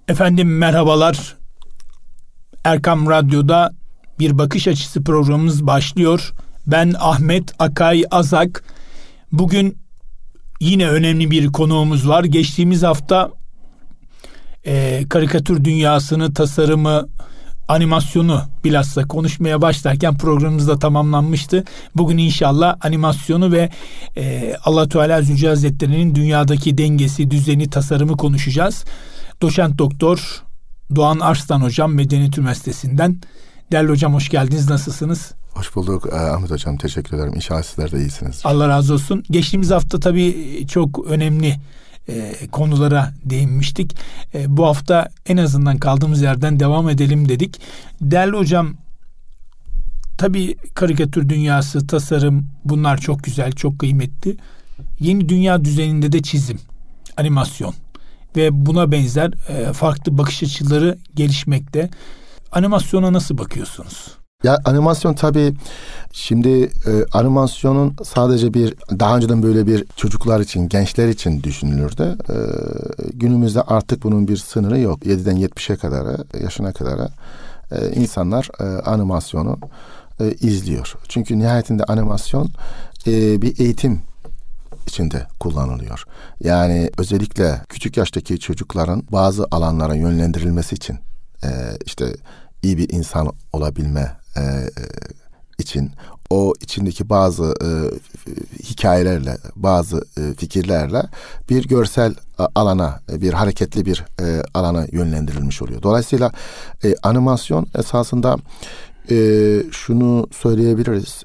Efendim merhabalar. Erkam Radyo'da bir bakış açısı programımız başlıyor. Ben Ahmet Akay Azak. Bugün yine önemli bir konuğumuz var. Geçtiğimiz hafta karikatür dünyasını, tasarımı, animasyonu bilhassa konuşmaya başlarken programımız da tamamlanmıştı. Bugün inşallah animasyonu ve Allah-u Teala Zülcelal Hazretleri'nin dünyadaki dengesi, düzeni, tasarımı konuşacağız. Doçent Doktor Doğan Arslan Hocam Medeniyet Üniversitesi'nden. Değerli hocam, hoş geldiniz. Nasılsınız? Hoş bulduk Ahmet Hocam. Teşekkür ederim. İnşallah sizler de iyisiniz. Allah razı olsun. Geçtiğimiz hafta tabii çok önemli konulara değinmiştik. Bu hafta en azından kaldığımız yerden devam edelim dedik. Değerli hocam, tabii karikatür dünyası, tasarım, bunlar çok güzel, çok kıymetli. Yeni dünya düzeninde de çizim, animasyon ve buna benzer farklı bakış açıları gelişmekte. Animasyona nasıl bakıyorsunuz? Ya animasyon tabii şimdi animasyonun sadece daha önceden böyle bir çocuklar için, gençler için düşünülürdü. Günümüzde artık bunun bir sınırı yok. 7'den 70'e kadar, yaşına kadar insanlar animasyonu izliyor. Çünkü nihayetinde animasyon bir eğitim içinde kullanılıyor. Yani özellikle küçük yaştaki çocukların bazı alanlara yönlendirilmesi için işte iyi bir insan olabilme için o içindeki bazı hikayelerle, bazı fikirlerle bir görsel alana, bir hareketli bir alana yönlendirilmiş oluyor. Dolayısıyla animasyon esasında şunu söyleyebiliriz.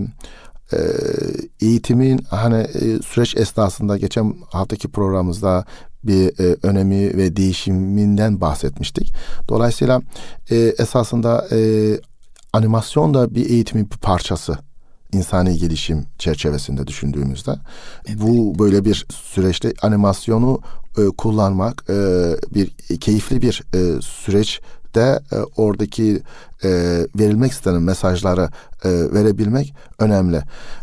Eğitimin süreç esnasında geçen haftaki programımızda bir önemi ve değişiminden bahsetmiştik. Dolayısıyla esasında animasyon da bir eğitimin bir parçası. İnsani gelişim çerçevesinde düşündüğümüzde. Evet. Bu böyle bir süreçte animasyonu kullanmak bir keyifli bir süreçte oradaki verilmek istenen mesajları verebilmek önemli.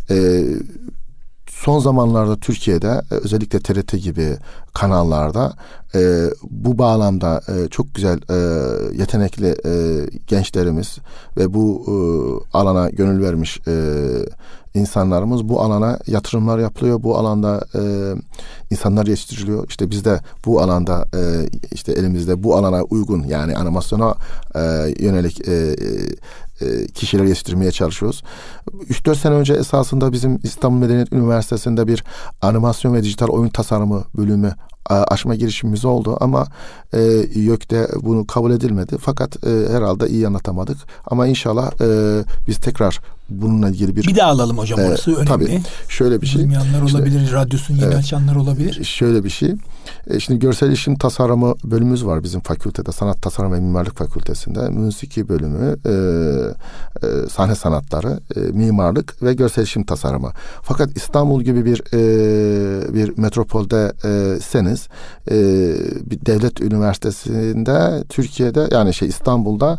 Son zamanlarda Türkiye'de özellikle TRT gibi kanallarda bu bağlamda çok güzel yetenekli gençlerimiz ve bu alana gönül vermiş insanlarımız, bu alana yatırımlar yapılıyor. Bu alanda insanlar yetiştiriliyor. İşte biz de bu alanda işte elimizde bu alana uygun, yani animasyona yönelik kişiler yetiştirmeye çalışıyoruz. 3-4 sene önce esasında bizim İstanbul Medeniyet Üniversitesi'nde bir animasyon ve dijital oyun tasarımı bölümü açma girişimimiz oldu ama YÖK'te bunu kabul edilmedi. Fakat herhalde iyi anlatamadık. Ama inşallah biz tekrar bununla ilgili bir daha alalım hocam, orası önemli. Tabii. Şöyle bir şey. Duymayanlar olabilir, radyosunu yeni açanlar olabilir. Şöyle bir şey. Şimdi görsel iletişim tasarımı bölümümüz var bizim fakültede. Sanat Tasarım ve Mimarlık Fakültesinde. Müziki bölümü, sahne sanatları, mimarlık ve görsel iletişim tasarımı. Fakat İstanbul gibi bir metropolde seniz bir devlet üniversitesinde Türkiye'de, yani İstanbul'da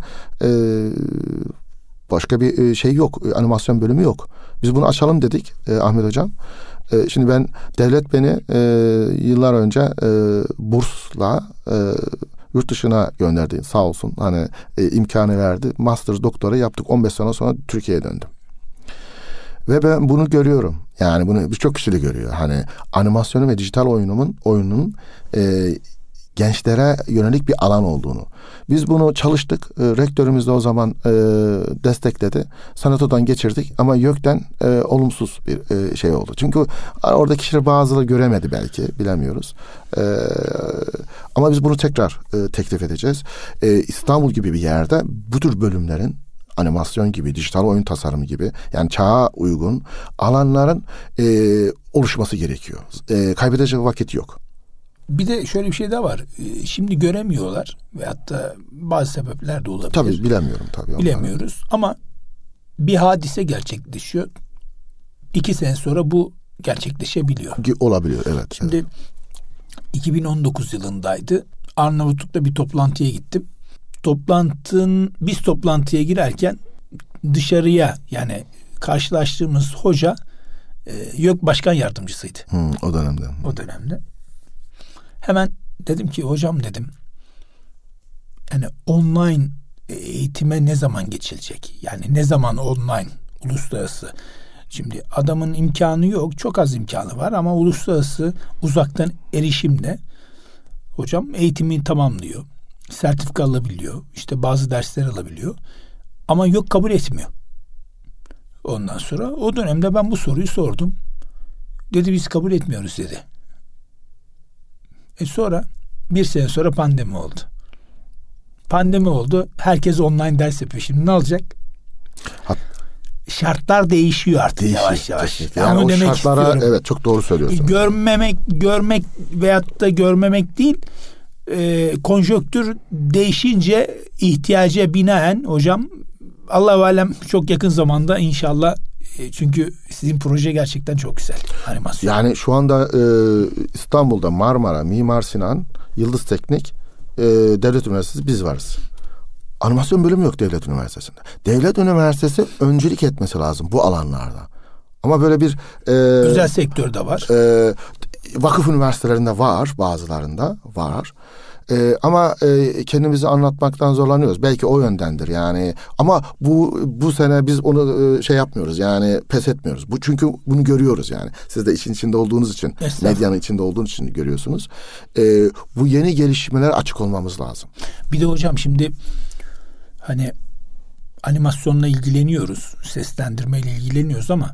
başka bir şey yok. Animasyon bölümü yok. Biz bunu açalım dedik Ahmet Hocam. Şimdi devlet beni yıllar önce bursla yurt dışına gönderdi. Sağ olsun. İmkanı verdi. Master, doktora yaptık. 15 sene sonra Türkiye'ye döndüm. Ve ben bunu görüyorum. Yani bunu birçok kişi de görüyor. Animasyonun ve dijital oyunun gençlere yönelik bir alan olduğunu. Biz bunu çalıştık. Rektörümüz de o zaman destekledi. Sanatodan geçirdik ama YÖK'ten olumsuz bir şey oldu. Çünkü orada kişiler bazıları göremedi belki. Bilemiyoruz. Ama biz bunu tekrar teklif edeceğiz. İstanbul gibi bir yerde bu tür bölümlerin, animasyon gibi, dijital oyun tasarımı gibi, yani çağa uygun alanların oluşması gerekiyor. Kaybedecek vakit yok. Bir de şöyle bir şey de var. Şimdi göremiyorlar veyahut da bazı sebepler de olabilir. Tabii bilemiyorum tabii. Bilemiyoruz ama bir hadise gerçekleşiyor. 2 sene sonra bu gerçekleşebiliyor. Olabiliyor, evet. Şimdi evet. 2019 yılındaydı. Arnavutluk'ta bir toplantıya gittim. Biz toplantıya girerken dışarıya, yani karşılaştığımız hoca YÖK Başkan Yardımcısıydı. O dönemde. O dönemde. Hemen dedim ki hocam dedim, Yani online eğitime ne zaman geçilecek? Yani ne zaman online uluslararası? Şimdi adamın imkanı yok. Çok az imkanı var ama uluslararası uzaktan erişimle hocam eğitimini tamamlıyor. Sertifika alabiliyor. İşte bazı dersler alabiliyor. Ama yok, kabul etmiyor. Ondan sonra o dönemde ben bu soruyu sordum. Dedi biz kabul etmiyoruz dedi. Sonra bir sene sonra pandemi oldu. Pandemi oldu. Herkes online ders yapıyor. Şimdi ne olacak? Şartlar değişiyor artık yavaş yavaş. Yani onu o demek şartlara istiyorum. evet çok doğru söylüyorsun. Görmek veyahut da görmemek değil. Konjonktür değişince ihtiyaca binaen hocam Allah-u alem çok yakın zamanda inşallah, çünkü sizin proje gerçekten çok güzel. Animasyon. Yani şu anda İstanbul'da Marmara, Mimar Sinan, Yıldız Teknik, Devlet Üniversitesi biz varız. Animasyon bölümü yok Devlet Üniversitesi'nde. Devlet Üniversitesi öncülük etmesi lazım bu alanlarda. Ama böyle bir özel sektörde var. Vakıf üniversitelerinde var, bazılarında var. Ama kendimizi anlatmaktan zorlanıyoruz. Belki o yöndendir yani. Ama bu sene biz onu şey yapmıyoruz yani, pes etmiyoruz. Çünkü bunu görüyoruz yani. Siz de işin içinde olduğunuz için, medyanın içinde olduğunuz için görüyorsunuz. Bu yeni gelişmelere açık olmamız lazım. Bir de hocam şimdi hani animasyonla ilgileniyoruz, seslendirmeyle ilgileniyoruz ama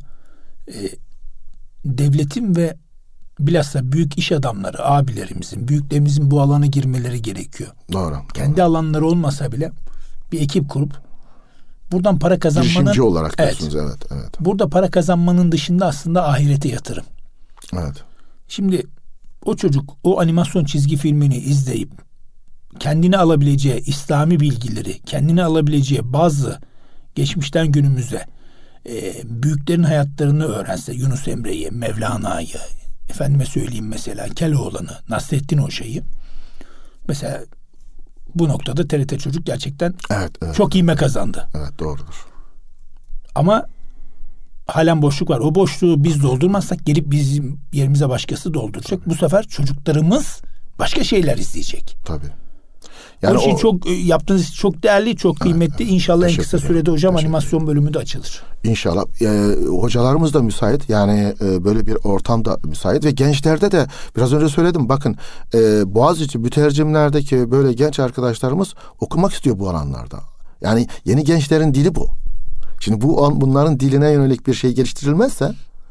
devletin ve bilhassa büyük iş adamları, abilerimizin, büyüklerimizin bu alana girmeleri gerekiyor. Doğru. Kendi alanları olmasa bile bir ekip kurup buradan para kazanmanın... Girişimci olarak diyorsunuz, evet. Burada para kazanmanın dışında aslında ahirete yatırım. Evet. Şimdi o çocuk o animasyon çizgi filmini izleyip kendine alabileceği İslami bilgileri, kendine alabileceği bazı geçmişten günümüze büyüklerin hayatlarını öğrense, Yunus Emre'yi, Mevlana'yı, efendime söyleyeyim mesela Keloğlan'ı, Nasrettin Hoca'yı, mesela bu noktada TRT Çocuk gerçekten çok ivme kazandı. Evet, doğrudur. Ama halen boşluk var. O boşluğu biz doldurmazsak gelip bizim yerimize başkası dolduracak. Tabii. Bu sefer çocuklarımız başka şeyler izleyecek. Tabii. Yani o çok yaptığınız çok değerli, çok kıymetli. Evet. İnşallah en kısa sürede hocam animasyon bölümü de açılır. İnşallah. Hocalarımız da müsait. Yani böyle bir ortam da müsait ve gençlerde de biraz önce söyledim. Bakın Boğaziçi mütercimlerdeki böyle genç arkadaşlarımız okumak istiyor bu alanlarda. Yani yeni gençlerin dili bu. Şimdi bunların diline yönelik bir şey geliştirilmezse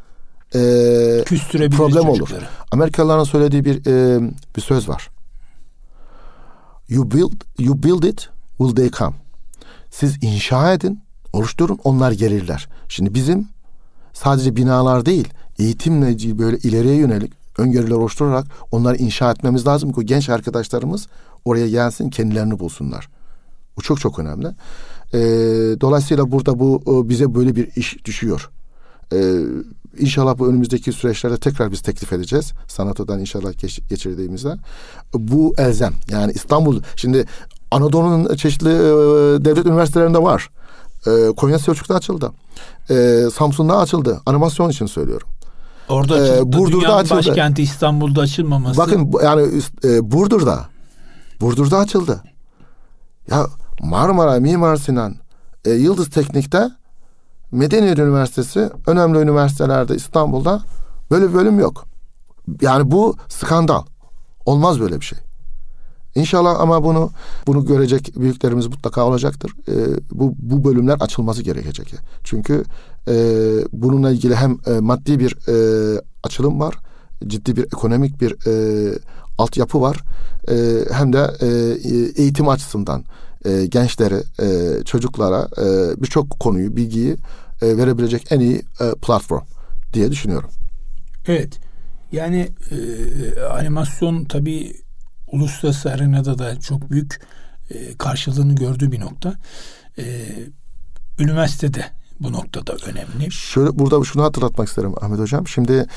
problem olur. Amerikalıların söylediği bir söz var. You build it, will they come? Siz inşa edin, oluşturun, onlar gelirler. Şimdi bizim sadece binalar değil, eğitimle böyle ileriye yönelik öngörüler oluşturarak onları inşa etmemiz lazım ki genç arkadaşlarımız oraya gelsin, kendilerini bulsunlar. Bu çok çok önemli. Dolayısıyla burada bu bize böyle bir iş düşüyor. İnşallah bu önümüzdeki süreçlerde tekrar biz teklif edeceğiz. Sanato'dan inşallah geçirdiğimizde. Bu elzem. Yani İstanbul, şimdi Anadolu'nun çeşitli devlet üniversitelerinde var. Konya Selçuk'ta açıldı. Samsun'da açıldı. Animasyon için söylüyorum. Orada açıldı. Burdur'da açıldı. Başkenti İstanbul'da açılmaması. Bakın yani Burdur'da açıldı. Ya Marmara, Mimar Sinan, Yıldız Teknik'te, Medeniyet Üniversitesi, önemli üniversitelerde İstanbul'da böyle bir bölüm yok. Yani bu skandal. Olmaz böyle bir şey. İnşallah ama bunu görecek büyüklerimiz mutlaka olacaktır. Bu bölümler açılması gerekecek. Çünkü bununla ilgili hem maddi bir açılım var, ciddi bir ekonomik bir altyapı var, hem de eğitim açısından gençlere, çocuklara birçok konuyu, bilgiyi verebilecek en iyi platform diye düşünüyorum. Evet. Yani animasyon tabii uluslararası arenada da çok büyük karşılığını gördüğü bir nokta. Üniversitede bu noktada önemli. Şöyle burada şunu hatırlatmak isterim Ahmet Hocam. Şimdi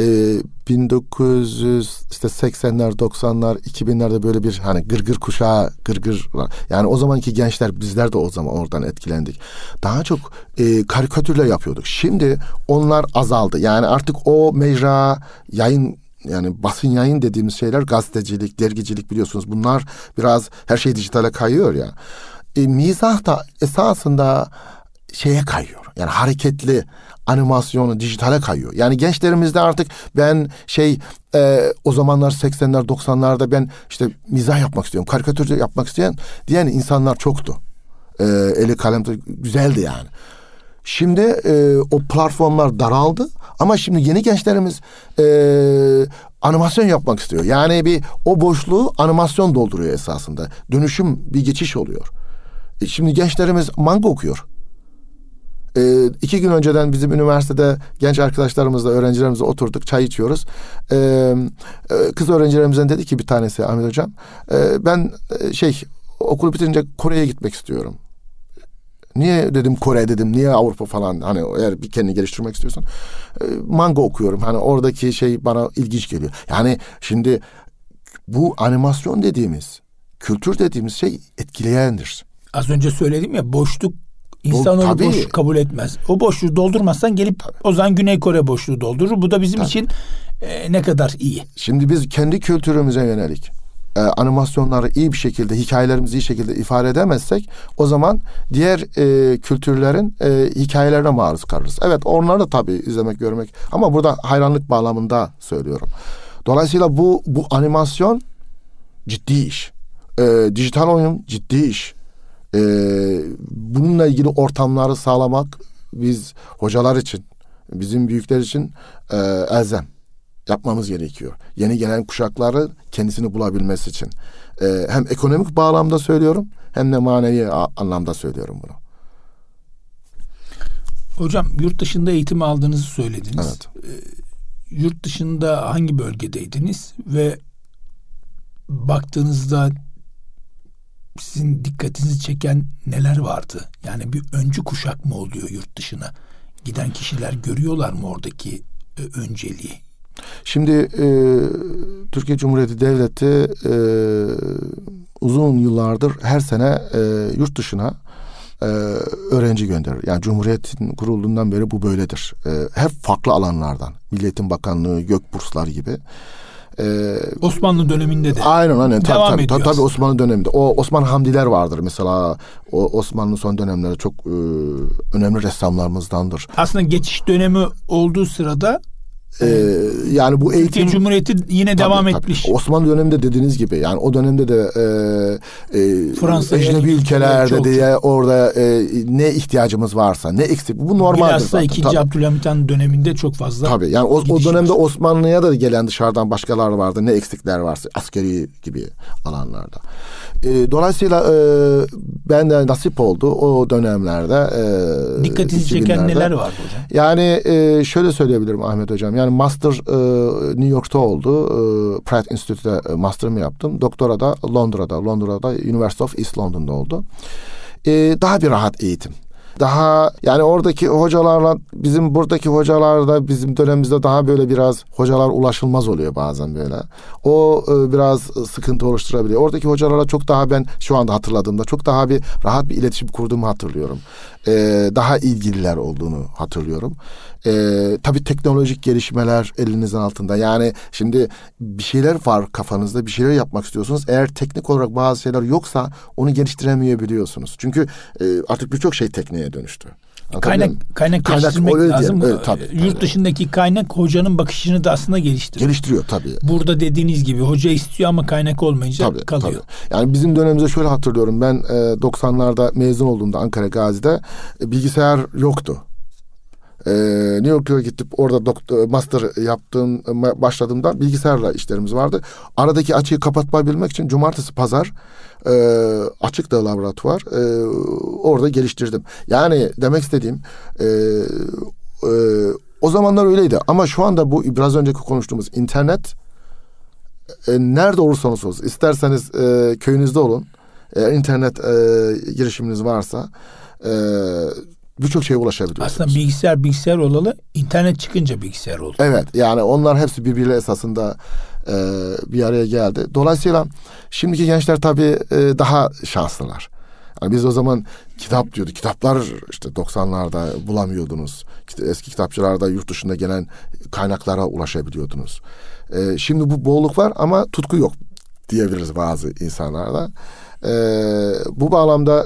1980'ler, 90'lar, 2000'lerde böyle bir hani gırgır kuşağı var. Yani o zamanki gençler, bizler de o zaman oradan etkilendik. Daha çok karikatürle yapıyorduk. Şimdi onlar azaldı. Yani artık o mecra, yayın yani basın yayın dediğimiz şeyler, gazetecilik, dergicilik biliyorsunuz, bunlar biraz her şey dijitale kayıyor ya. Mizah da esasında şeye kayıyor. Yani hareketli animasyonu dijitale kayıyor. Yani gençlerimizde artık ben o zamanlar 80'ler 90'larda ben işte mizah yapmak istiyorum, karikatür yapmak isteyen diyen insanlar çoktu. Eli kalemde güzeldi yani. Şimdi o platformlar daraldı ama şimdi yeni gençlerimiz animasyon yapmak istiyor. Yani o boşluğu animasyon dolduruyor esasında. Dönüşüm, bir geçiş oluyor. Şimdi gençlerimiz manga okuyor. 2 gün önceden bizim üniversitede genç arkadaşlarımızla, öğrencilerimizle oturduk, çay içiyoruz. Kız öğrencilerimizden dedi ki bir tanesi, Ahmet Hocam, ben okulu bitirince Kore'ye gitmek istiyorum. Niye dedim Kore dedim, niye Avrupa falan, hani eğer bir kendini geliştirmek istiyorsan. Manga okuyorum, hani oradaki şey bana ilginç geliyor. Yani şimdi bu animasyon dediğimiz, kültür dediğimiz şey etkileyendir. Az önce söyledim ya, boşluk, İnsanoğlu boş kabul etmez. O boşluğu doldurmazsan gelip o zaman Güney Kore boşluğu doldurur. Bu da bizim için ne kadar iyi. Şimdi biz kendi kültürümüze yönelik animasyonları iyi bir şekilde, hikayelerimizi iyi şekilde ifade edemezsek, o zaman diğer kültürlerin hikayelerine maruz kalırız. Evet, onları da tabii izlemek, görmek, ama burada hayranlık bağlamında söylüyorum. Dolayısıyla bu animasyon ciddi iş. Dijital oyun ciddi iş. Bununla ilgili ortamları sağlamak biz hocalar için, bizim büyükler için elzem yapmamız gerekiyor. Yeni gelen kuşakları kendisini bulabilmesi için. Hem ekonomik bağlamda söylüyorum, hem de manevi anlamda söylüyorum bunu. Hocam, yurt dışında eğitim aldığınızı söylediniz. Evet. Yurt dışında hangi bölgedeydiniz ve baktığınızda sizin dikkatinizi çeken neler vardı? Yani bir öncü kuşak mı oluyor yurt dışına? Giden kişiler görüyorlar mı oradaki önceliği? Şimdi Türkiye Cumhuriyeti Devleti uzun yıllardır her sene yurt dışına öğrenci gönderir. Yani Cumhuriyet'in kurulduğundan beri bu böyledir. Hep farklı alanlardan. Milli Eğitim Bakanlığı, Gökburslar gibi. Osmanlı döneminde de aynen devam ediyor. Tabii Osmanlı döneminde. O Osman Hamdiler vardır mesela. O Osmanlı son dönemleri çok önemli ressamlarımızdandır. Aslında geçiş dönemi olduğu sırada yani bu eğitim Türkiye Cumhuriyeti yine devam etmiş. Osmanlı döneminde dediğiniz gibi, yani o dönemde de Fransa, ecnebi ülkelerde diye orada ne ihtiyacımız varsa, ne eksik, bu normaldir. Bilhassa 2. Abdülhamit Han döneminde çok fazla. Tabii yani o dönemde Osmanlı'ya da gelen dışarıdan başkalar vardı, ne eksikler varsa askeri gibi alanlarda. Dolayısıyla ben de nasip oldu o dönemlerde. Dikkatinizi çeken neler vardı hocam? Yani şöyle söyleyebilirim Ahmet Hocam. Yani master New York'ta oldu. Pratt Institute'de master'ımı yaptım. Doktora da Londra'da University of East London'da oldu. Daha bir rahat eğitim. Daha yani oradaki hocalarla bizim buradaki hocalarla bizim dönemimizde daha böyle biraz hocalar ulaşılmaz oluyor bazen böyle. O biraz sıkıntı oluşturabiliyor. Oradaki hocalarla çok daha, ben şu anda hatırladığımda çok daha bir rahat bir iletişim kurduğumu hatırlıyorum. Daha ilgililer olduğunu hatırlıyorum. Tabii teknolojik gelişmeler elinizin altında. Yani şimdi bir şeyler var kafanızda, bir şeyler yapmak istiyorsunuz. Eğer teknik olarak bazı şeyler yoksa onu geliştiremeyebiliyorsunuz. Çünkü artık birçok şey tekniğe dönüştü. Kaynak geliştirmek lazım. Tabii. Yurt dışındaki kaynak hocanın bakışını da aslında geliştiriyor. Geliştiriyor tabii. Burada dediğiniz gibi hoca istiyor ama kaynak olmayınca kalıyor. Tabii. Yani bizim dönemimizde şöyle hatırlıyorum. Ben 90'larda mezun olduğumda Ankara Gazi'de bilgisayar yoktu. New York'a gidip orada master başladığımda bilgisayarla işlerimiz vardı. Aradaki açığı kapatmayabilmek için cumartesi pazar açıktı laboratuvar. Orada geliştirdim. Yani demek istediğim o zamanlar öyleydi. Ama şu anda bu biraz önceki konuştuğumuz internet nerede olursanız olsun, isterseniz köyünüzde olun, internet girişiminiz varsa birçok şeye ulaşabiliyorsunuz. Aslında bilgisayar olalı, internet çıkınca bilgisayar oldu. Evet, yani onlar hepsi birbiriyle esasında bir araya geldi. Dolayısıyla şimdiki gençler tabii daha şanslılar. Yani biz o zaman kitap diyorduk. Kitaplar işte 90'larda bulamıyordunuz. Eski kitapçılarda yurt dışında gelen kaynaklara ulaşabiliyordunuz. Şimdi bu bolluk var ama tutku yok diyebiliriz bazı insanlarda. Bu bağlamda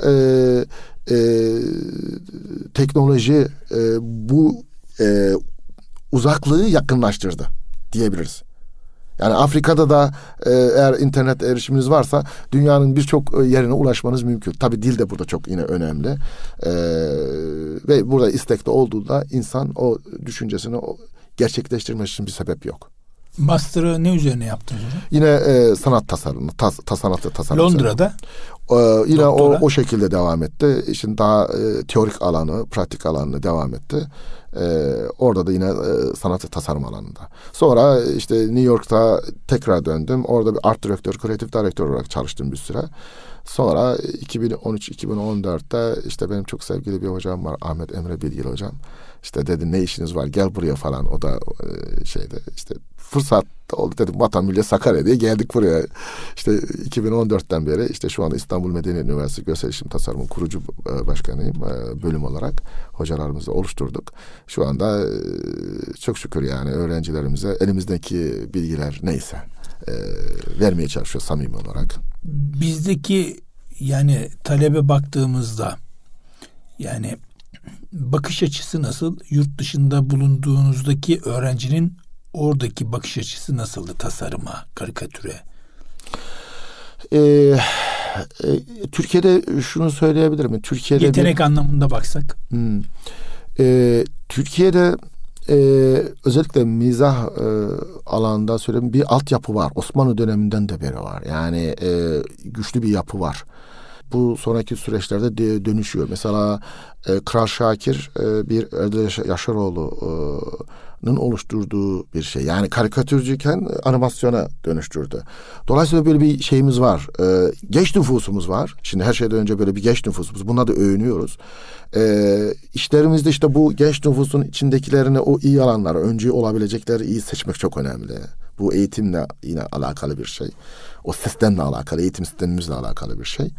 teknoloji bu uzaklığı yakınlaştırdı diyebiliriz. Yani Afrika'da da eğer internet erişiminiz varsa dünyanın birçok yerine ulaşmanız mümkün. Tabii dil de burada çok yine önemli. Ve burada istekli olduğunda insan o düşüncesini gerçekleştirmek için bir sebep yok. Master'ı ne üzerine yaptınız hocam? Yine sanat tasarımı, sanat ve tasarım. Londra'da. Yine o şekilde devam etti. İşin daha teorik alanı, pratik alanı devam etti. Orada da yine sanat ve tasarım alanında. Sonra işte New York'ta tekrar döndüm. Orada bir art direktör, kreatif direktör olarak çalıştım bir süre. Sonra 2013-2014'te işte benim çok sevgili bir hocam var, Ahmet Emre Bilgili hocam. İşte dedi ne işiniz var gel buraya falan. O da şeyde işte fırsat oldu dedim Vatan Milli Sakarya diye geldik buraya. İşte 2014'ten beri işte şu anda İstanbul Medeniyet Üniversitesi Görsel İletişim Tasarımı kurucu başkanıyım. Bölüm olarak hocalarımızı oluşturduk. Şu anda çok şükür yani öğrencilerimize elimizdeki bilgiler neyse vermeye çalışıyoruz samimi olarak. Bizdeki yani talebe baktığımızda yani bakış açısı nasıl? Yurt dışında bulunduğunuzdaki öğrencinin oradaki bakış açısı nasıldı tasarıma, karikatüre? Türkiye'de şunu söyleyebilirim. Türkiye'de yetenek anlamında baksak. Türkiye'de özellikle mizah alanında söyleyeyim bir altyapı var. Osmanlı döneminden de beri var. Yani güçlü bir yapı var. Bu sonraki süreçlerde dönüşüyor. Mesela Kral Şakir bir Erdal Yaşaroğlu'nun oluşturduğu bir şey. Yani karikatürcüyken animasyona dönüştürdü. Dolayısıyla böyle bir şeyimiz var. Genç nüfusumuz var. Şimdi her şeyden önce böyle bir genç nüfusumuz. Buna da övünüyoruz. İşlerimizde işte bu genç nüfusun içindekilerini o iyi alanları, öncü olabilecekleri iyi seçmek çok önemli. Bu eğitimle yine alakalı bir şey. O sistemle alakalı, eğitim sistemimizle alakalı bir şey.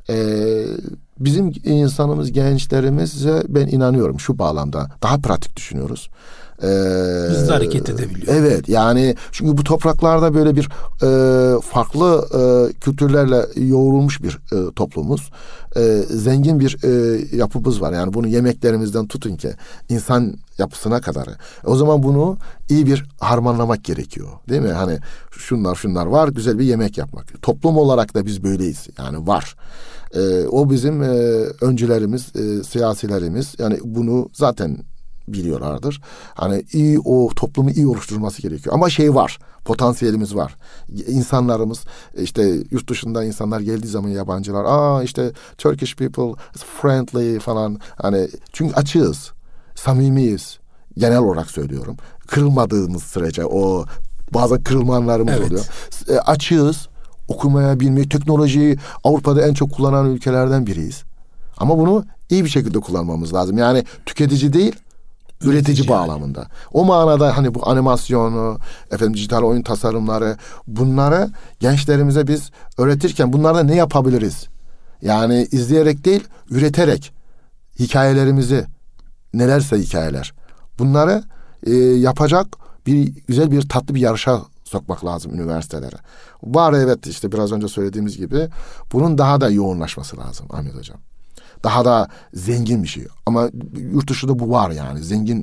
Bizim insanımız, gençlerimize ben inanıyorum şu bağlamda daha pratik düşünüyoruz. Hızlı hareket edebiliyor. Evet yani çünkü bu topraklarda böyle bir farklı kültürlerle yoğrulmuş bir toplumuz. Zengin bir yapımız var. Yani bunu yemeklerimizden tutun ki insan yapısına kadar. O zaman bunu iyi bir harmanlamak gerekiyor. Değil mi? Hani şunlar var güzel bir yemek yapmak. Toplum olarak da biz böyleyiz. Yani var. O bizim öncülerimiz, siyasilerimiz yani bunu zaten biliyorlardır. Hani iyi o toplumu iyi oluşturması gerekiyor. Ama şey var. Potansiyelimiz var. İnsanlarımız işte yurt dışından insanlar geldiği zaman yabancılar işte Turkish people friendly falan hani çünkü açığız. Samimiyiz. Genel olarak söylüyorum. Kırılmadığımız sürece o bazı kırılmanlarımız oluyor. Açığız. Okumaya, bilmeyi, teknolojiyi Avrupa'da en çok kullanan ülkelerden biriyiz. Ama bunu iyi bir şekilde kullanmamız lazım. Yani tüketici değil, üretici bağlamında. O manada hani bu animasyonu, dijital oyun tasarımları bunları gençlerimize biz öğretirken bunlarda ne yapabiliriz? Yani izleyerek değil, üreterek hikayelerimizi nelerse hikayeler. Bunları yapacak güzel bir tatlı bir yarışa sokmak lazım üniversitelere. Var evet işte biraz önce söylediğimiz gibi bunun daha da yoğunlaşması lazım Ahmet Hocam. Daha da zengin bir şey. Ama yurt dışında bu var yani. Zengin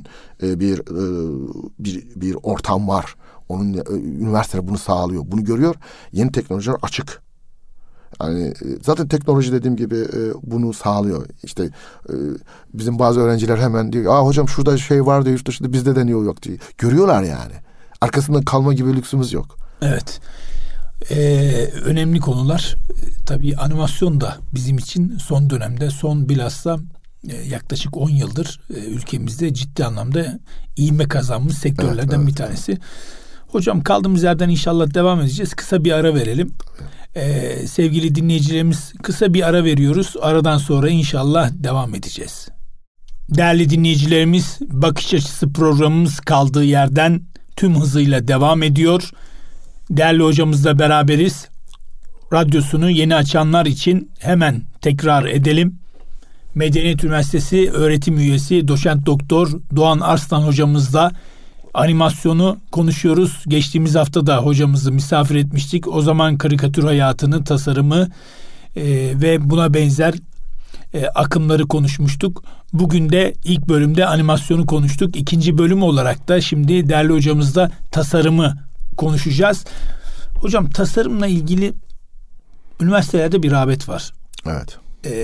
bir ortam var. Onun üniversiteler bunu sağlıyor. Bunu görüyor. Yeni teknolojiler açık. Yani zaten teknoloji dediğim gibi bunu sağlıyor. İşte bizim bazı öğrenciler hemen diyor hocam şurada şey var diyor yurt dışında bizde de niye yok diyor. Görüyorlar yani. Arkasından kalma gibi lüksümüz yok. Evet. Önemli konular. Tabii animasyon da bizim için son dönemde bilhassa yaklaşık 10 yıldır ülkemizde ciddi anlamda ivme kazanmış sektörlerden bir tanesi. Hocam kaldığımız yerden inşallah devam edeceğiz. Kısa bir ara verelim. Sevgili dinleyicilerimiz kısa bir ara veriyoruz. Aradan sonra inşallah devam edeceğiz. Değerli dinleyicilerimiz Bakış Açısı programımız kaldığı yerden tüm hızıyla devam ediyor. Değerli hocamızla beraberiz. Radyosunu yeni açanlar için hemen tekrar edelim. Medeniyet Üniversitesi öğretim üyesi Doçent Doktor Doğan Arslan hocamızla animasyonu konuşuyoruz. Geçtiğimiz hafta da hocamızı misafir etmiştik. O zaman karikatür hayatının tasarımı ve buna benzer akımları konuşmuştuk. Bugün de ilk bölümde animasyonu konuştuk. İkinci bölüm olarak da şimdi değerli hocamızla tasarımı konuşacağız. Hocam, tasarımla ilgili üniversitelerde bir rağbet var. Evet.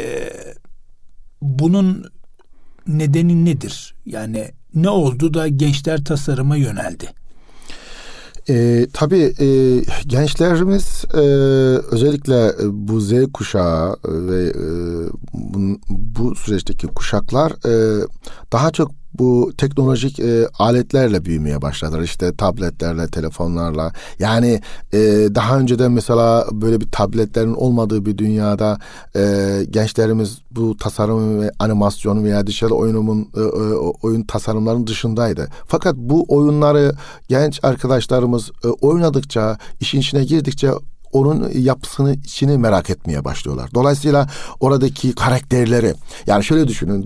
Bunun nedeni nedir? Yani ne oldu da gençler tasarıma yöneldi? Tabii gençlerimiz özellikle bu Z kuşağı ve bu süreçteki kuşaklar daha çok bu teknolojik aletlerle büyümeye başladılar. İşte tabletlerle, telefonlarla. Yani daha önceden mesela böyle bir tabletlerin olmadığı bir dünyada gençlerimiz bu tasarım ve animasyon veya dijital oyun tasarımlarının dışındaydı. Fakat bu oyunları genç arkadaşlarımız oynadıkça, işin içine girdikçe onun yapısını, içini merak etmeye başlıyorlar. Dolayısıyla oradaki karakterleri, yani şöyle düşünün,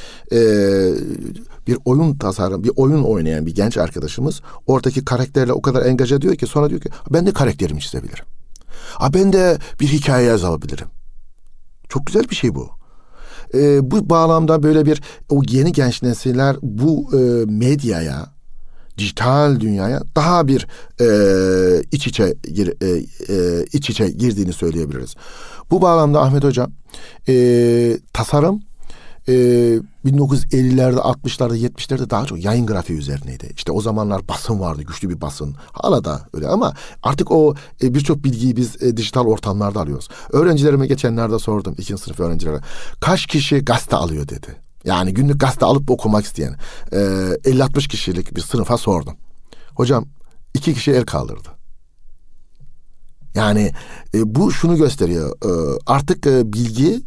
bir oyun tasarım, bir oyun oynayan bir genç arkadaşımız oradaki karakterle o kadar engaje ediyor ki sonra diyor ki ben de karakterimi çizebilirim. Ben de bir hikaye yazabilirim. Çok güzel bir şey bu. Bu bağlamda böyle bir o yeni genç nesiller bu medyaya, dijital dünyaya daha bir iç içe girdiğini söyleyebiliriz. Bu bağlamda Ahmet Hocam tasarım 1950'lerde, 60'larda, 70'lerde daha çok yayın grafiği üzerineydi. İşte o zamanlar basın vardı, güçlü bir basın. Hala da öyle ama artık o birçok bilgiyi biz dijital ortamlarda alıyoruz. Öğrencilerime geçenlerde sordum, 2. sınıf öğrencilere. Kaç kişi gazete alıyor dedi. Yani günlük gazete alıp okumak isteyen 50-60 kişilik bir sınıfa sordum. Hocam 2 kişi el kaldırdı. Yani bu şunu gösteriyor. Artık bilgi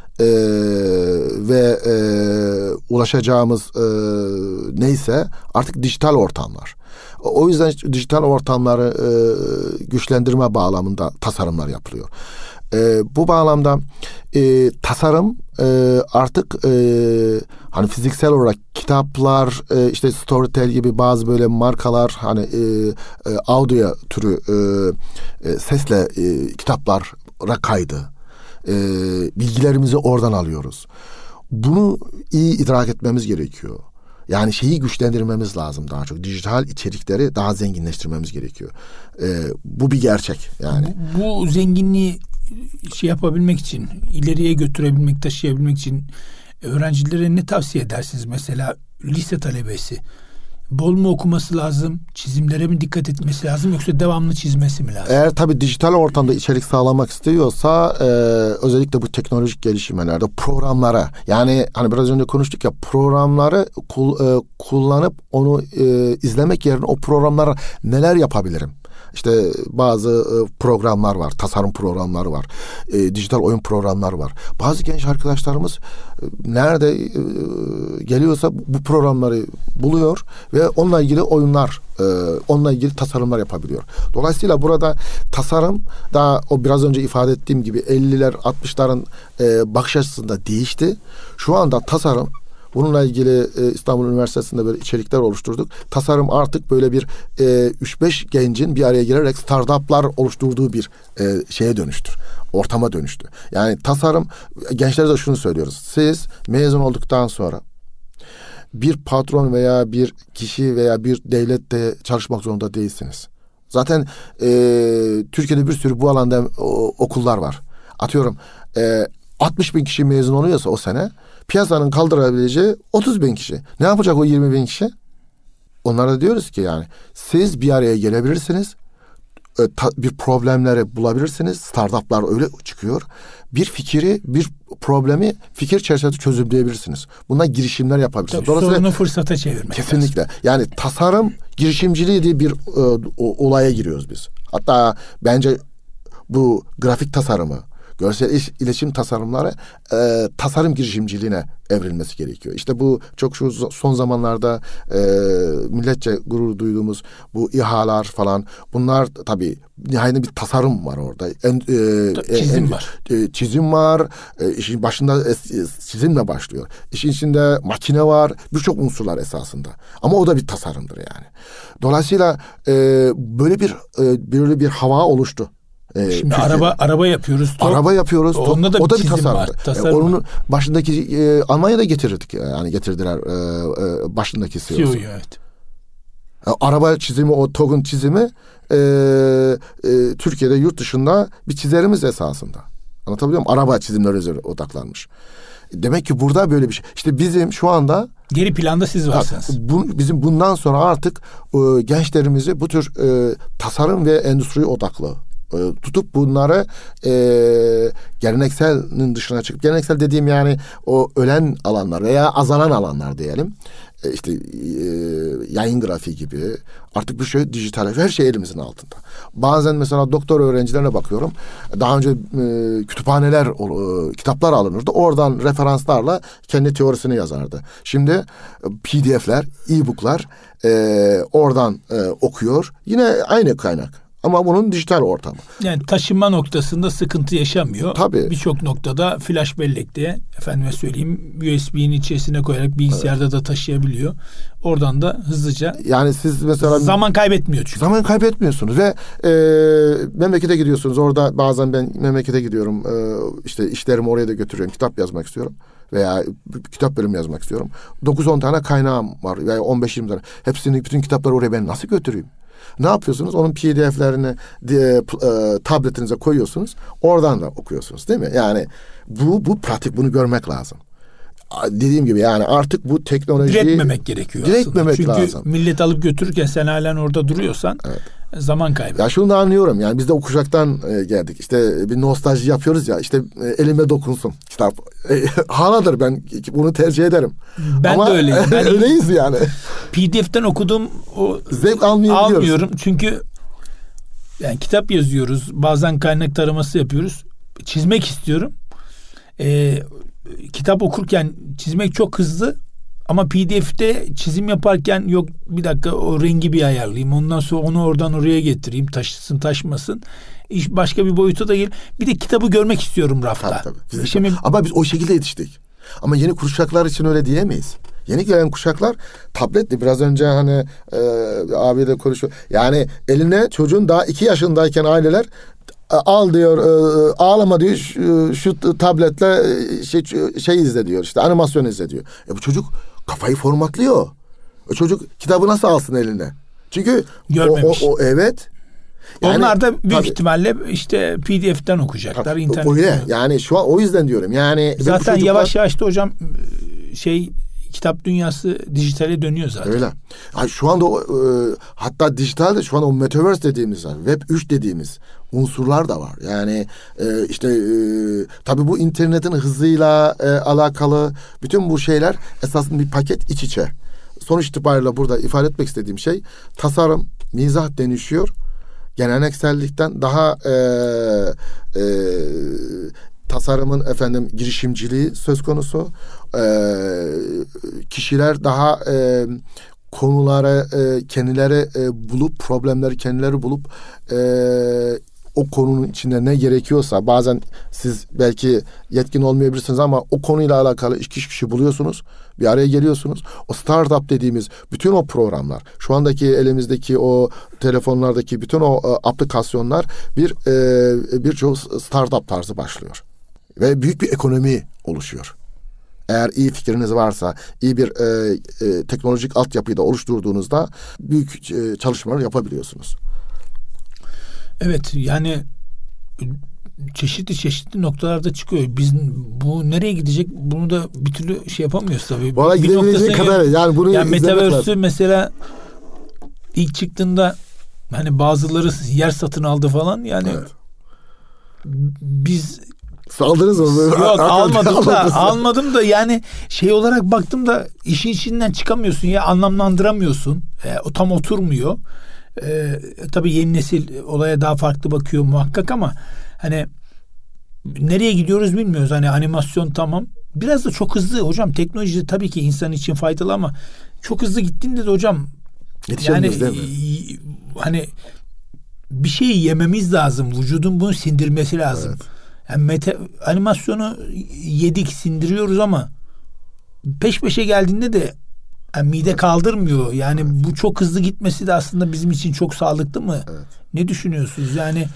ve ulaşacağımız neyse artık dijital ortamlar. O yüzden dijital ortamları güçlendirme bağlamında tasarımlar yapılıyor. Bu bağlamda tasarım artık hani fiziksel olarak kitaplar, işte Storytel gibi bazı böyle markalar, hani audio türü sesle kitaplara kaydı. Bilgilerimizi oradan alıyoruz. Bunu iyi idrak etmemiz gerekiyor. Yani şeyi güçlendirmemiz lazım daha çok. Dijital içerikleri daha zenginleştirmemiz gerekiyor. Bu bir gerçek yani. Bu zenginliği yapabilmek için, ileriye götürebilmek, taşıyabilmek için öğrencilere ne tavsiye edersiniz? Mesela lise talebesi bol mu okuması lazım? Çizimlere mi dikkat etmesi lazım? Yoksa devamlı çizmesi mi lazım? Eğer tabii dijital ortamda içerik sağlamak istiyorsa özellikle bu teknolojik gelişmelerde programlara, yani hani biraz önce konuştuk ya, programları kullanıp onu izlemek yerine o programlara neler yapabilirim? İşte bazı programlar var, tasarım programları var, dijital oyun programları var. Bazı genç arkadaşlarımız nerede geliyorsa bu programları buluyor ve onunla ilgili oyunlar, onunla ilgili tasarımlar yapabiliyor. Dolayısıyla burada tasarım daha o biraz önce ifade ettiğim gibi 50'ler 60'ların bakış açısında değişti. Şu anda tasarım, bununla ilgili İstanbul Üniversitesi'nde böyle içerikler oluşturduk. Tasarım artık böyle bir 3-5 gencin bir araya gelerek startuplar oluşturduğu bir şeye dönüştür. Ortama dönüştü. Yani tasarım, gençlere de şunu söylüyoruz. Siz mezun olduktan sonra bir patron veya bir kişi veya bir devlette çalışmak zorunda değilsiniz. Zaten Türkiye'de bir sürü bu alanda okullar var. Atıyorum 60 bin kişi mezun oluyorsa o sene, piyasanın kaldırabileceği 30 bin kişi. Ne yapacak o 20 bin kişi? Onlara da diyoruz ki yani siz bir araya gelebilirsiniz. Bir problemleri bulabilirsiniz. Startuplar öyle çıkıyor. Bir fikri, bir problemi fikir çerçevesinde çözümleyebilirsiniz. Bundan girişimler yapabilirsiniz. Sorunu fırsata çevirmek. Kesinlikle. Lazım. Yani tasarım girişimciliği diye bir olaya giriyoruz biz. Hatta bence bu grafik tasarımı, görsel iletişim tasarımları tasarım girişimciliğine evrilmesi gerekiyor. İşte bu çok şu son zamanlarda milletçe gurur duyduğumuz bu İHA'lar falan, bunlar tabii nihayetinde bir tasarım var orada. Çizim var. Çizim var. İşin başında çizimle başlıyor. İşin içinde makine var. Birçok unsurlar esasında. Ama o da bir tasarımdır yani. Dolayısıyla böyle bir hava oluştu. Şimdi araba yapıyoruz. Araba yapıyoruz. Onda da o da bir tasarım var. Onun başındaki Almanya'da getirdik. Yani getirdiler başındaki CEO'su. Evet. Araba çizimi, o TOG'un çizimi Türkiye'de, yurt dışında bir çizerimiz esasında. Anlatabiliyor muyum? Araba çizimleri üzerine odaklanmış. Demek ki burada böyle bir şey. İşte bizim şu anda geri planda siz varsınız. Bizim bundan sonra artık gençlerimizi bu tür tasarım ve endüstri odaklı tutup bunları gelenekselin dışına çıkıp, geleneksel dediğim yani o ölen alanlar veya azalan alanlar diyelim. İşte yayın grafiği gibi, artık bir şey dijital, her şey elimizin altında. Bazen mesela doktor öğrencilerine bakıyorum. Daha önce kütüphaneler, kitaplar alınırdı. Oradan referanslarla kendi teorisini yazardı. Şimdi PDF'ler, e-book'lar oradan okuyor. Yine aynı kaynak. Ama bunun dijital ortamı. Yani taşınma noktasında sıkıntı yaşamıyor. Tabii. Birçok noktada flash bellekte, efendime söyleyeyim, USB'nin içerisine koyarak bilgisayarda da taşıyabiliyor. Oradan da hızlıca. Yani siz mesela zaman kaybetmiyor çünkü. Zaman kaybetmiyorsunuz ve memlekete gidiyorsunuz. Orada bazen ben memlekete gidiyorum. İşte işlerimi oraya da götürüyorum. Kitap yazmak istiyorum. Veya kitap bölümü yazmak istiyorum. 9-10 tane kaynağım var. Veya 15-20 tane. Hepsini, bütün kitapları oraya ben nasıl götüreyim? Ne yapıyorsunuz? Onun PDF'lerini tabletinize koyuyorsunuz. Oradan da okuyorsunuz, değil mi? Yani bu pratik, bunu görmek lazım. Dediğim gibi yani artık bu teknolojiyi diretmemek gerekiyor aslında. Çünkü lazım. Millet alıp götürürken sen halen orada duruyorsan zaman kaybı. Ya şunu da anlıyorum yani, biz de o kuşaktan geldik. İşte bir nostalji yapıyoruz ya, işte elime dokunsun kitap. Haladır, ben bunu tercih ederim. Ben ama de öyleyim. Ben öyleyiz yani. PDF'ten okuduğum o zevk almıyorum. Çünkü yani kitap yazıyoruz. Bazen kaynak taraması yapıyoruz. Çizmek istiyorum. Kitap okurken çizmek çok hızlı. Ama PDF'te çizim yaparken yok bir dakika o rengi bir ayarlayayım. Ondan sonra onu oradan oraya getireyim. Taşısın taşmasın. İş başka bir boyuta da gelir. Bir de kitabı görmek istiyorum rafta. Tabii. Ama biz o şekilde yetiştik. Ama yeni kuşaklar için öyle diyemeyiz. Yeni gelen kuşaklar tabletle, biraz önce hani abi de konuşuyor. Yani eline çocuğun daha 2 yaşındayken aileler al diyor, ağlama diyor, şu tabletle şey izle diyor, işte animasyon izle diyor. Bu çocuk kafayı formatlıyor. O çocuk kitabı nasıl alsın eline? Çünkü görmemiş. Evet. Yani, onlar da büyük ihtimalle işte PDF'ten okuyacaklar, internetten. Öyle. Yani şu an o yüzden diyorum. Yani zaten çocuklar, yavaş yavaş da hocam kitap dünyası dijitale dönüyor zaten. Öyle. Yani şu anda hatta dijitalde şu an o metaverse dediğimiz, yani Web 3 dediğimiz unsurlar da var. Yani tabii bu internetin hızıyla alakalı bütün bu şeyler esasında bir paket, iç içe. Sonuç itibariyle burada ifade etmek istediğim şey, tasarım, mizah dönüşüyor. Geleneksellikten daha tasarımın girişimciliği söz konusu. Kişiler daha konuları kendileri bulup, problemleri kendileri bulup o konunun içinde ne gerekiyorsa, bazen siz belki yetkin olmayabilirsiniz ama o konuyla alakalı 2 kişi buluyorsunuz. Bir araya geliyorsunuz. O startup dediğimiz bütün o programlar, şu andaki elimizdeki o telefonlardaki bütün o aplikasyonlar birçok startup tarzı başlıyor. Ve büyük bir ekonomi oluşuyor. Eğer iyi fikriniz varsa, iyi bir teknolojik altyapıyı da oluşturduğunuzda büyük çalışmalar yapabiliyorsunuz. Evet, yani çeşitli noktalarda çıkıyor. Biz bu nereye gidecek? Bunu da bir türlü şey yapamıyoruz tabii. Valla gidebilecek kadar. Yani bunu Metaverse'ü mesela ilk çıktığında hani bazıları yer satın aldı falan. Yani evet. Biz saldınız mı? Yok, almadım da yani olarak baktım da işin içinden çıkamıyorsun ya, anlamlandıramıyorsun. O tam oturmuyor. Tabii yeni nesil olaya daha farklı bakıyor muhakkak ama hani nereye gidiyoruz bilmiyoruz. Hani animasyon tamam. Biraz da çok hızlı hocam. Teknoloji tabii ki insan için faydalı ama çok hızlı gittiğinde de hocam yani hani bir şey yememiz lazım. Vücudun bunu sindirmesi lazım. Evet. Yani animasyonu yedik, sindiriyoruz ama peş peşe geldiğinde de yani mide kaldırmıyor. Yani bu çok hızlı gitmesi de aslında bizim için çok sağlıklı mı? Evet. Ne düşünüyorsunuz? Yani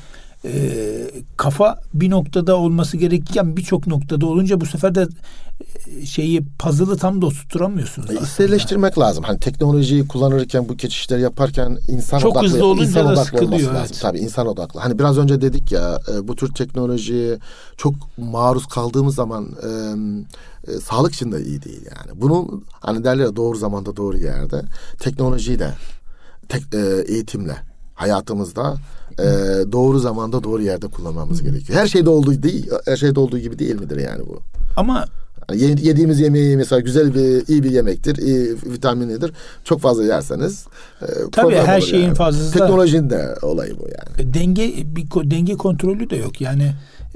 kafa bir noktada olması gerekirken birçok noktada olunca bu sefer de puzzle'ı tam da oturtamıyorsunuz. İsterleştirmek lazım. Hani teknolojiyi kullanırken bu geçişleri yaparken insan çok odaklı, hızlı olunca insan da odaklı sıkılıyor. Olması lazım. Tabii insan odaklı. Hani biraz önce dedik ya bu tür teknolojiye çok maruz kaldığımız zaman sağlık için de iyi değil yani. Bunu hani derler ya, doğru zamanda doğru yerde teknolojiyi de eğitimle hayatımızda doğru zamanda doğru yerde kullanmamız gerekiyor. Her şeyde olduğu değil, her şeyde olduğu gibi değil midir yani bu? Ama yani yediğimiz yemeği mesela iyi bir yemektir, iyi vitaminlidir. Çok fazla yerseniz tabii her şeyin yani. fazlası. Teknolojinin de olayı bu yani. Denge kontrolü de yok. Yani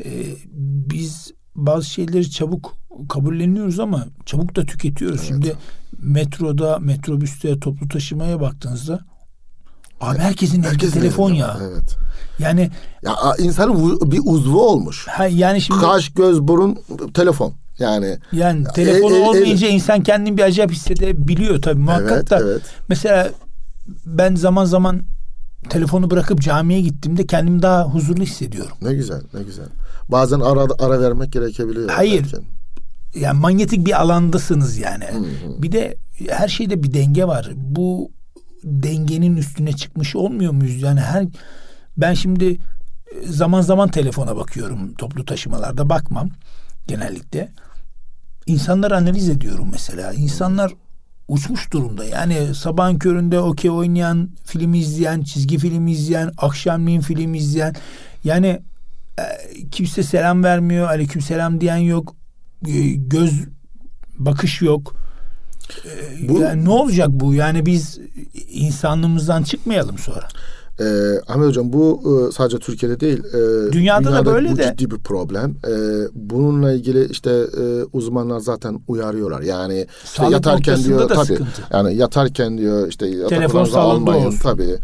biz bazı şeyleri çabuk kabulleniyoruz ama çabuk da tüketiyoruz. Evet. Şimdi metroda, metrobüste, toplu taşımaya baktığınızda abi herkesin elinde telefon ya. Evet. Yani ya insanın bir uzvu olmuş. Yani şimdi kaş, göz, burun, telefon. Yani telefonu olmayınca insan kendini bir acayip hissedebiliyor tabii muhakkak evet, da. Evet. Mesela ben zaman zaman telefonu bırakıp camiye gittiğimde kendimi daha huzurlu hissediyorum. Ne güzel, ne güzel. Bazen ara vermek gerekebiliyor. Hayır. Belki. Yani manyetik bir alandasınız yani. Bir de her şeyde bir denge var. Bu dengenin üstüne çıkmış olmuyor muyuz? Yani ben şimdi zaman zaman telefona bakıyorum. Toplu taşımalarda bakmam genellikle. İnsanları analiz ediyorum mesela. İnsanlar uçmuş durumda. Yani sabahın köründe okey oynayan, film izleyen, çizgi film izleyen, akşamleyin film izleyen. Yani kimse selam vermiyor. Aleykümselam diyen yok. Göz bakış yok. Yani ne olacak bu? Yani biz insanlığımızdan çıkmayalım sonra. Ahmet Hocam bu sadece Türkiye'de değil. Dünyada da böyle bu de. Ciddi bir problem. Bununla ilgili işte uzmanlar zaten uyarıyorlar. Yani işte yatarken diyor tabii. Sıkıntı. Yani yatarken diyor işte telefon salonda olsun. Tabii.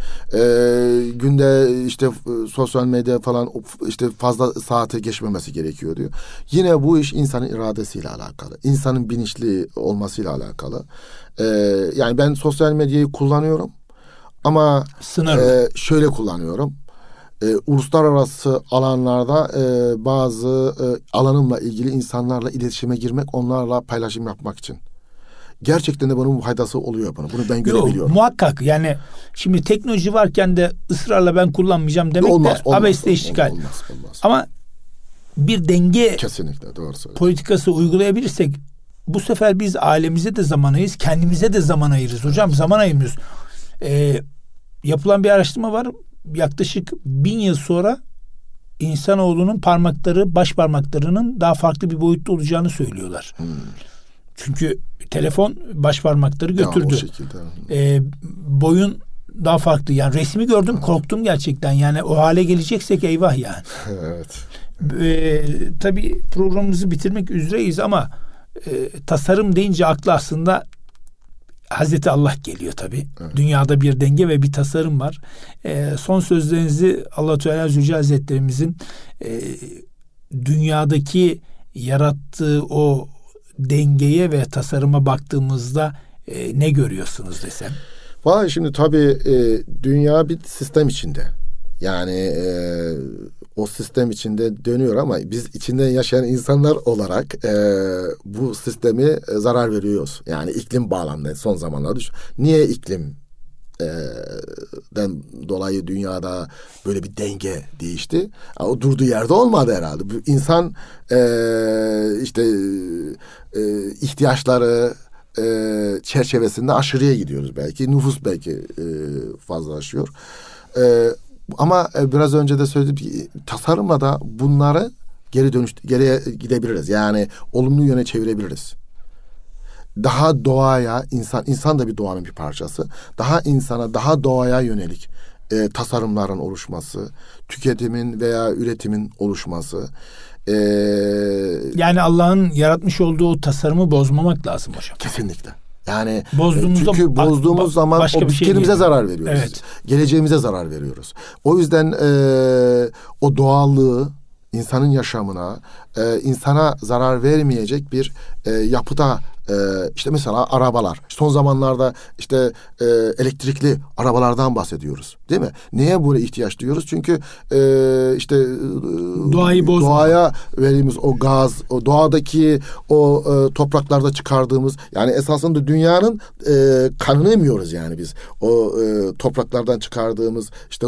Günde işte sosyal medya falan işte fazla saate geçmemesi gerekiyor diyor. Yine bu iş insanın iradesiyle alakalı. İnsanın bilinçli olmasıyla alakalı. Yani ben sosyal medyayı kullanıyorum. Ama şöyle kullanıyorum. Uluslararası alanlarda bazı alanımla ilgili insanlarla iletişime girmek, onlarla paylaşım yapmak için. Gerçekten de bunun faydası oluyor bana. Bunu ben görebiliyorum. Muhakkak yani şimdi teknoloji varken de ısrarla ben kullanmayacağım demek olmaz, de abesle işgal. Olmaz. Ama bir denge kesinlikle doğru söylüyorsun. Politikası uygulayabilirsek bu sefer biz ailemize de zaman ayırırız, kendimize de zaman ayırırız. Hocam zaman ayırmıyoruz. Yapılan bir araştırma var. Yaklaşık 1000 yıl sonra insanoğlunun baş parmaklarının daha farklı bir boyutta olacağını söylüyorlar. Çünkü telefon baş parmakları götürdü. Boyun daha farklı. Yani resmi gördüm, korktum gerçekten. Yani o hale geleceksek eyvah yani. Evet. Tabii programımızı bitirmek üzereyiz ama tasarım deyince aklı aslında Hazreti Allah geliyor tabii. Evet. Dünyada bir denge ve bir tasarım var. Son sözlerinizi Allah-u Teala Zülcelal Hazretlerimizin dünyadaki yarattığı o dengeye ve tasarıma baktığımızda ne görüyorsunuz desem? Vay şimdi tabii dünya bir sistem içinde. Yani o sistem içinde dönüyor ama biz içinde yaşayan insanlar olarak bu sistemi zarar veriyoruz. Yani iklim bağlamında son zamanlarda niye iklimden dolayı dünyada böyle bir denge değişti? O durduğu yerde olmadı herhalde. Bu insan işte ihtiyaçları çerçevesinde aşırıya gidiyoruz belki. Nüfus belki fazlalaşıyor. Ama biraz önce de söyledim, tasarımla da bunları geriye gidebiliriz. Yani olumlu yöne çevirebiliriz. Daha doğaya, insan da bir doğanın bir parçası. Daha doğaya yönelik tasarımların oluşması, tüketimin veya üretimin oluşması, Yani Allah'ın yaratmış olduğu o tasarımı bozmamak lazım hocam. Kesinlikle. Yani çünkü bozduğumuz zaman o kendimize zarar veriyoruz. Evet. Geleceğimize zarar veriyoruz. O yüzden o doğallığı insanın yaşamına, insana zarar vermeyecek bir yapıda, işte mesela arabalar. Son zamanlarda işte elektrikli arabalardan bahsediyoruz, değil mi? Neye böyle ihtiyaç duyuyoruz? Çünkü işte doğaya verdiğimiz o gaz, o doğadaki o topraklarda çıkardığımız, yani esasında dünyanın kanını emiyoruz yani biz. O topraklardan çıkardığımız işte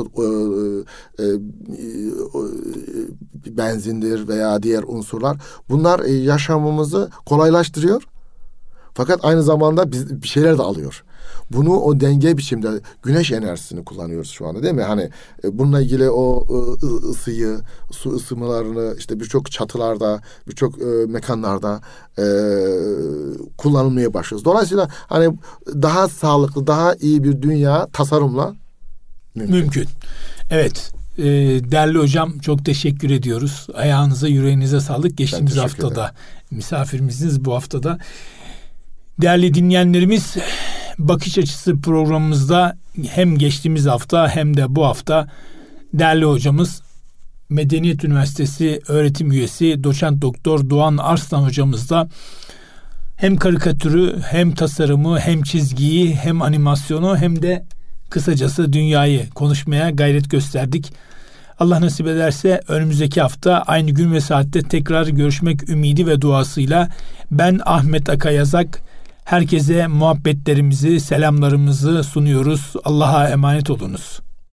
benzindir veya diğer unsurlar, bunlar yaşamımızı kolaylaştırıyor. Fakat aynı zamanda bir şeyler de alıyor. Bunu o denge biçimde güneş enerjisini kullanıyoruz şu anda, değil mi? Hani bununla ilgili o ısıyı, su ısımalarını işte birçok çatılarda, birçok mekanlarda kullanılmaya başlıyoruz. Dolayısıyla hani daha sağlıklı, daha iyi bir dünya tasarımla mümkün. Evet. Değerli hocam, çok teşekkür ediyoruz. Ayağınıza, yüreğinize sağlık. Geçtiğimiz haftada misafirimizsiniz, bu haftada. Değerli dinleyenlerimiz, Bakış Açısı programımızda hem geçtiğimiz hafta hem de bu hafta değerli hocamız, Medeniyet Üniversitesi öğretim üyesi Doçent Doktor Doğan Arslan hocamızla hem karikatürü, hem tasarımı, hem çizgiyi, hem animasyonu, hem de kısacası dünyayı konuşmaya gayret gösterdik. Allah nasip ederse önümüzdeki hafta aynı gün ve saatte tekrar görüşmek ümidi ve duasıyla ben Ahmet Akayazak herkese muhabbetlerimizi, selamlarımızı sunuyoruz. Allah'a emanet olunuz.